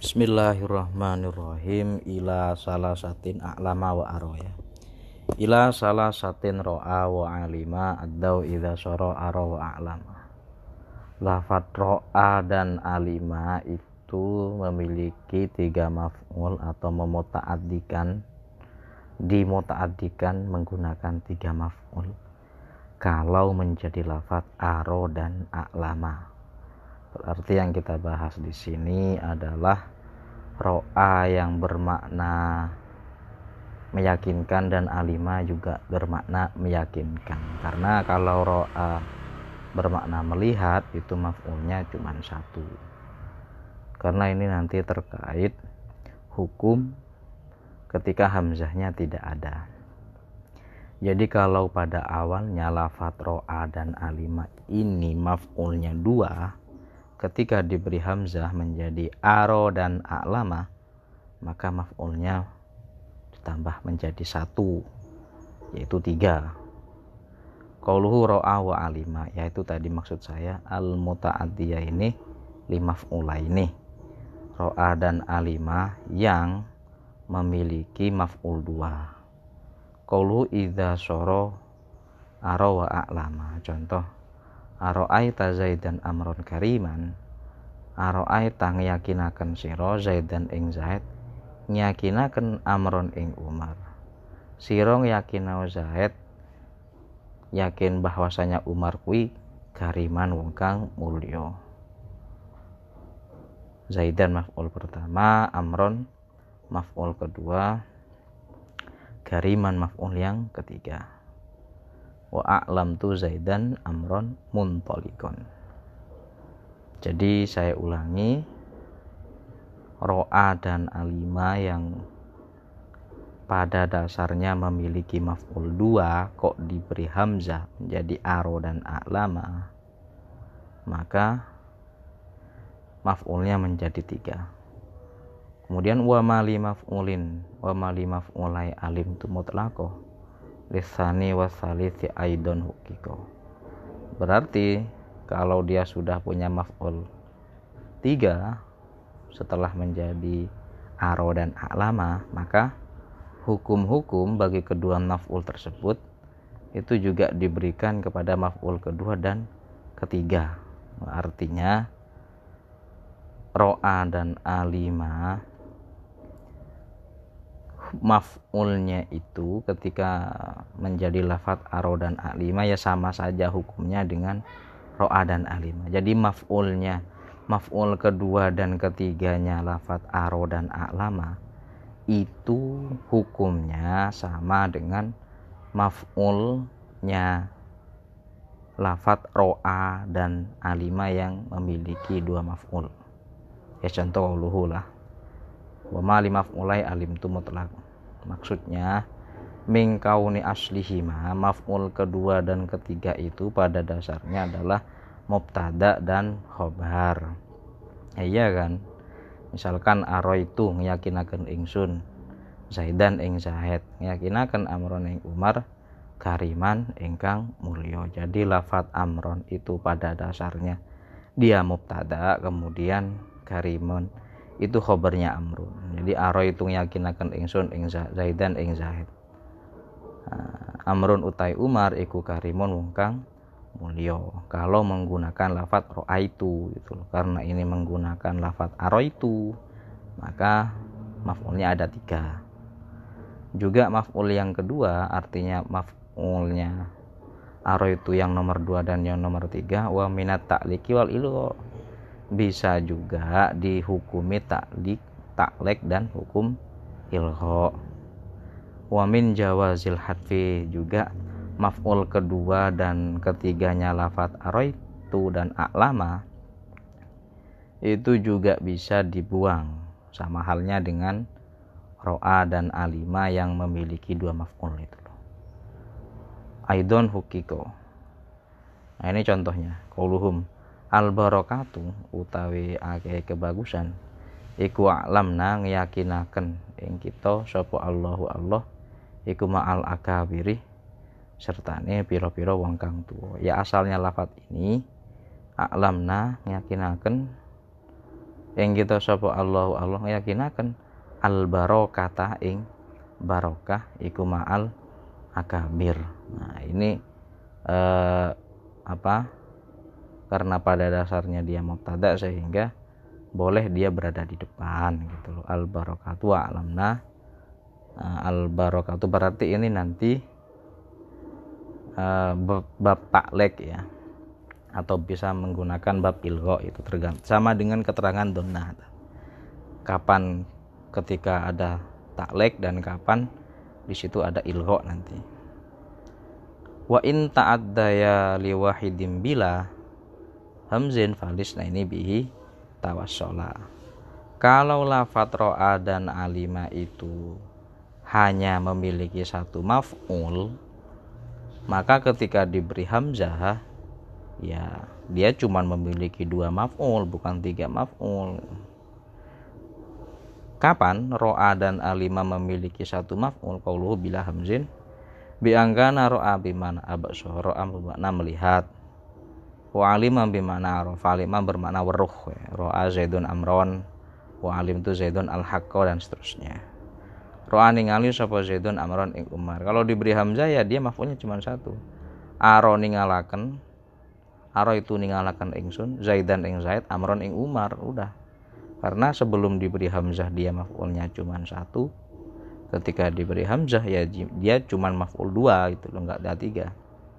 Bismillahirrahmanirrahim. Ila salasatin a'lama wa aroya. Ila salasatin ro'a wa alima ad-daw idza syara ara wa a'lama. Lafadz ro'a dan alima itu memiliki 3 maf'ul atau dimuta'addikan menggunakan 3 maf'ul kalau menjadi lafadz aro dan a'lama. Berarti yang kita bahas di sini adalah ro'a yang bermakna meyakinkan dan alima juga bermakna meyakinkan. Karena kalau ro'a bermakna melihat itu maf'ulnya cuma 1. Karena ini nanti terkait hukum ketika hamzahnya tidak ada. Jadi kalau pada awalnya lafadz ro'a dan alima ini maf'ulnya 2, ketika diberi hamzah menjadi aro dan a'lama, maka maf'ulnya ditambah menjadi 1, yaitu 3. Qauluhu ro'a wa alima, yaitu tadi maksud saya al-muta'addiyah ini limaf'ulaini, ro'a dan alima yang memiliki maf'ul 2. Qauluhu idza syara aro wa a'lama, contoh aro'aita zaidan amron kariman, aro'aita ngeyakinaken sira zaidan ing zaid, ngeyakinaken amron ing umar. Sira ngeyakinau zaid yakin bahwasanya umar kuwi kariman wong kang mulya. Zaidan maf'ul pertama, amron maf'ul kedua, kariman maf'ul yang ketiga. Wa a'lamtu zaidan amron muntalikon. Jadi saya ulangi, ro'a dan alima yang pada dasarnya memiliki maf'ul 2 kok diberi hamzah menjadi aro dan a'lama, maka maf'ulnya menjadi 3. Kemudian wa mali maf'ulai alim tu mutlaqo lisani wasalisi aidon hukiko. Berarti kalau dia sudah punya maf'ul 3 setelah menjadi aro dan a'lama, maka hukum-hukum bagi kedua maf'ul tersebut itu juga diberikan kepada maf'ul kedua dan ketiga. Artinya ro'a dan alima maf'ulnya itu ketika menjadi lafadz aro dan alima ya sama saja hukumnya dengan ro'a dan alima. Jadi maf'ul kedua dan ketiganya lafadz aro dan alama itu hukumnya sama dengan maf'ulnya lafadz ro'a dan alima yang memiliki 2 maf'ul. Ya contoh uluhu lah. Wa ma li maf'ulai alim tu mutlaq. Maksudnya min kauni aslihima, maf'ul kedua dan ketiga itu pada dasarnya adalah mubtada dan khobar. Iya kan? Misalkan aro itu ngeyakinaken ingsun zaidan ing zaid, ngeyakinaken amron ing umar kariman ingkang mulya. Jadi lafadz amron itu pada dasarnya dia mubtada, kemudian karimun itu khobarnya amrun. Jadi aro itu ngeyakinaken ingsun ing zaidan ing zaid. Amrun utai umar iku karimun wong kang mulya. Kalau menggunakan lafadz ro'aitu gitu. Karena ini menggunakan lafadz aroitu, maka maf'ulnya ada 3. Juga maf'ul yang kedua, artinya maf'ulnya aroitu yang nomor 2 dan yang nomor 3, wa minat ta'liqi wal ilgha, bisa juga dihukumi taklek dan hukum ilgha. Wa min jawazil hadfi, juga maf'ul kedua dan ketiganya lafadz araitu dan a'lama itu juga bisa dibuang, sama halnya dengan ro'a dan alima yang memiliki 2 maf'ul itu. Aidon hukiko. Nah ini contohnya, qauluhum al barakatu utawi akeh kebagusan iku a'lamna ngeyakinaken ing kita sapa Allahu Allah iku ma'al akabiri sertane pira-pira wong kang tuwa. Ya asalnya lafadz ini a'lamna ngeyakinaken yang kita sapa Allahu Allah yakinaken al barokata ing barokah iku ma'al akabir. Nah ini karena pada dasarnya dia mubtada sehingga boleh dia berada di depan gitu loh. Al barokatu alamna. Al barokatu berarti ini nanti bab taklek ya, atau bisa menggunakan bab ilgha, itu tergantung sama dengan keterangan donnah. Kapan ketika ada taklek dan kapan di situ ada ilgha nanti. Wa in ta'addaya li wahidin bila hamzin falis, nah ini bihi tawassola. Kalau lafadz ro'a dan alima itu hanya memiliki satu maf'ul, maka ketika diberi hamzah ya dia cuma memiliki 2 maf'ul, bukan 3 maf'ul. Kapan ro'a dan alima memiliki satu maf'ul? Qauluhu bila hamzin bi angkana ro'a bimana abso, ro'a bermakna melihat, wa alima bimana arafa, alima bermakna weruh, ro'a zaidun amron, wa alim tu zaidun al-haqqa, dan seterusnya. Ro'a ningali sapa zaidun amron ing umar. Kalau diberi hamzah ya dia maf'ulnya cuma satu. Aro ningalaken, aro itu ningalaken ingsun, zaidan ing zaid, amron ing umar, udah. Karena sebelum diberi hamzah dia maf'ulnya cuma satu, ketika diberi hamzah ya dia cuma maf'ul 2 gitu loh, enggak ada 3.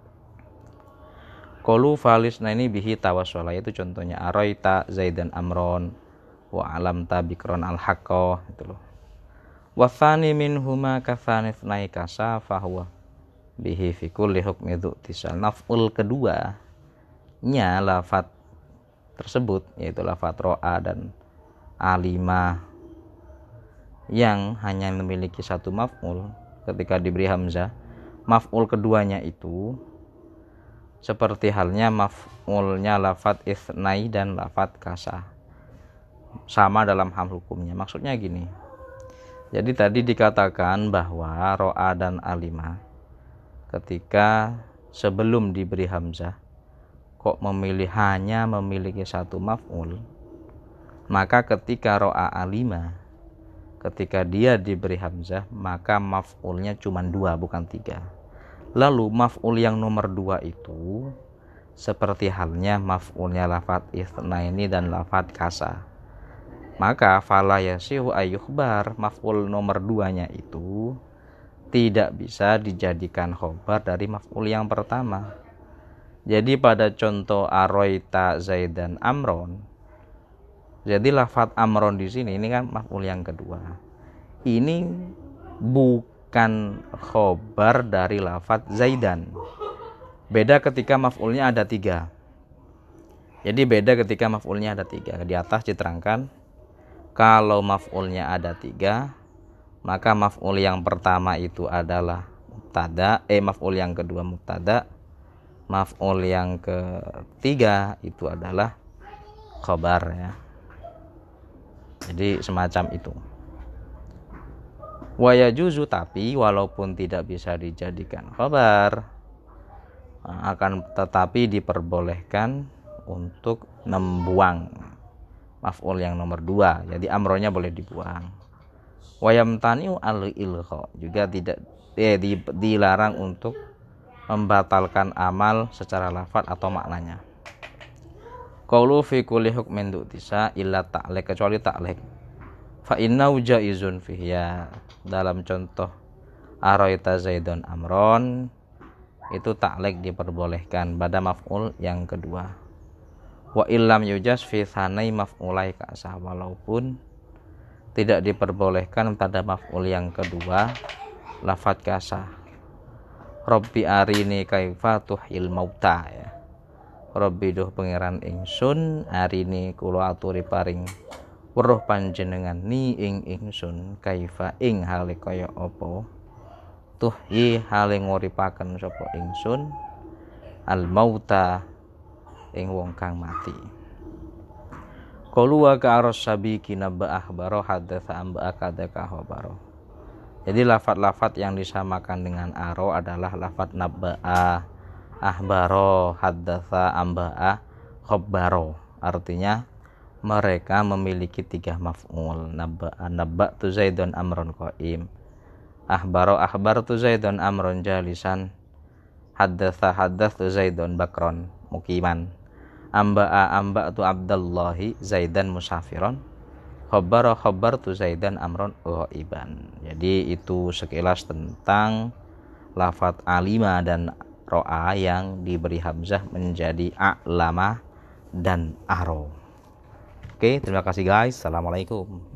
Qalu falis, nah ini bihi tawassola, itu contohnya aroita zaidan amron wa alamta bikron al-haqqa gitu loh. Wa tsani minhuma katsanif naikasa fahuwa bihi fi kulli hukmi dzuttisal. Maf'ul keduanya lafaz tersebut yaitu lafaz ro'a dan alima yang hanya memiliki satu maf'ul, ketika diberi hamzah maf'ul keduanya itu seperti halnya maf'ulnya lafaz itsnai dan lafaz kasa, sama dalam hal hukumnya. Maksudnya gini, jadi tadi dikatakan bahwa ro'a dan alima ketika sebelum diberi hamzah kok hanya memiliki satu maf'ul, maka ketika ro'a alima ketika dia diberi hamzah maka maf'ulnya cuma 2 bukan 3. Lalu maf'ul yang nomor 2 itu seperti halnya maf'ulnya lafaz itsnaini dan lafaz kasa, maka fala yasihu ayyukhbar, maf'ul nomor 2-nya itu tidak bisa dijadikan khobar dari maf'ul yang pertama. Jadi pada contoh aroita zaidan amron, jadi lafaz amron di sini ini kan maf'ul yang kedua, ini bukan khobar dari lafaz zaidan. Beda ketika maf'ulnya ada 3. Jadi beda ketika maf'ulnya ada 3. Di atas diterangkan kalau maf'ulnya ada 3, maka maf'ul yang pertama itu adalah mubtada, maf'ul yang kedua mubtada, maf'ul yang ketiga itu adalah khobar ya. Jadi semacam itu. Wa yajuzu, tapi walaupun tidak bisa dijadikan khobar, akan tetapi diperbolehkan untuk membuang maf'ul yang nomor 2, jadi amronya boleh dibuang. Wa yamtani'u al-ilgha, juga tidak dilarang untuk membatalkan amal secara lafaz atau maknanya. Qaulu fi kulli hukmin du'tisa illa ta'lek, kecuali ta'lek. Fa innahu jaizun fihi, ya dalam contoh araita zaidun amron itu ta'lek diperbolehkan pada maf'ul yang kedua. Wa illam yujaz fi tsanai maf'ulai kasa, walaupun tidak diperbolehkan pada maf'ul yang kedua lafaz kasa. Rabbi arini kaifa tuhil mauta ya. Rabbi duh pangeran ingsun arini kula aturi paring weruh panjenengan ni ing ingsun kaifa ing hale kaya apa tuhyi hale nguripaken sapa ingsun al mauta ing wong kang mati. Qalu wa ka'aros sabiki nabba akhbaro hadatsa amba kadaka khabaro. Jadi lafaz-lafaz yang disamakan dengan aro adalah lafaz nabba'a, ahbaro, hadatsa, amba'a, khabaro. Artinya mereka memiliki 3 maf'ul. Nabba'tu Zaidun amrun qa'im, akhbartu Zaidun amrun jalisan, haddatsu Zaidun bakron mukiman, amba'tu Abdullahi Zaidan musafiron, khabartu Zaidan amron ghaiban. Jadi itu sekilas tentang lafadz alima dan ro'a yang diberi hamzah menjadi a'lama dan aro. Oke, terima kasih guys. Assalamualaikum.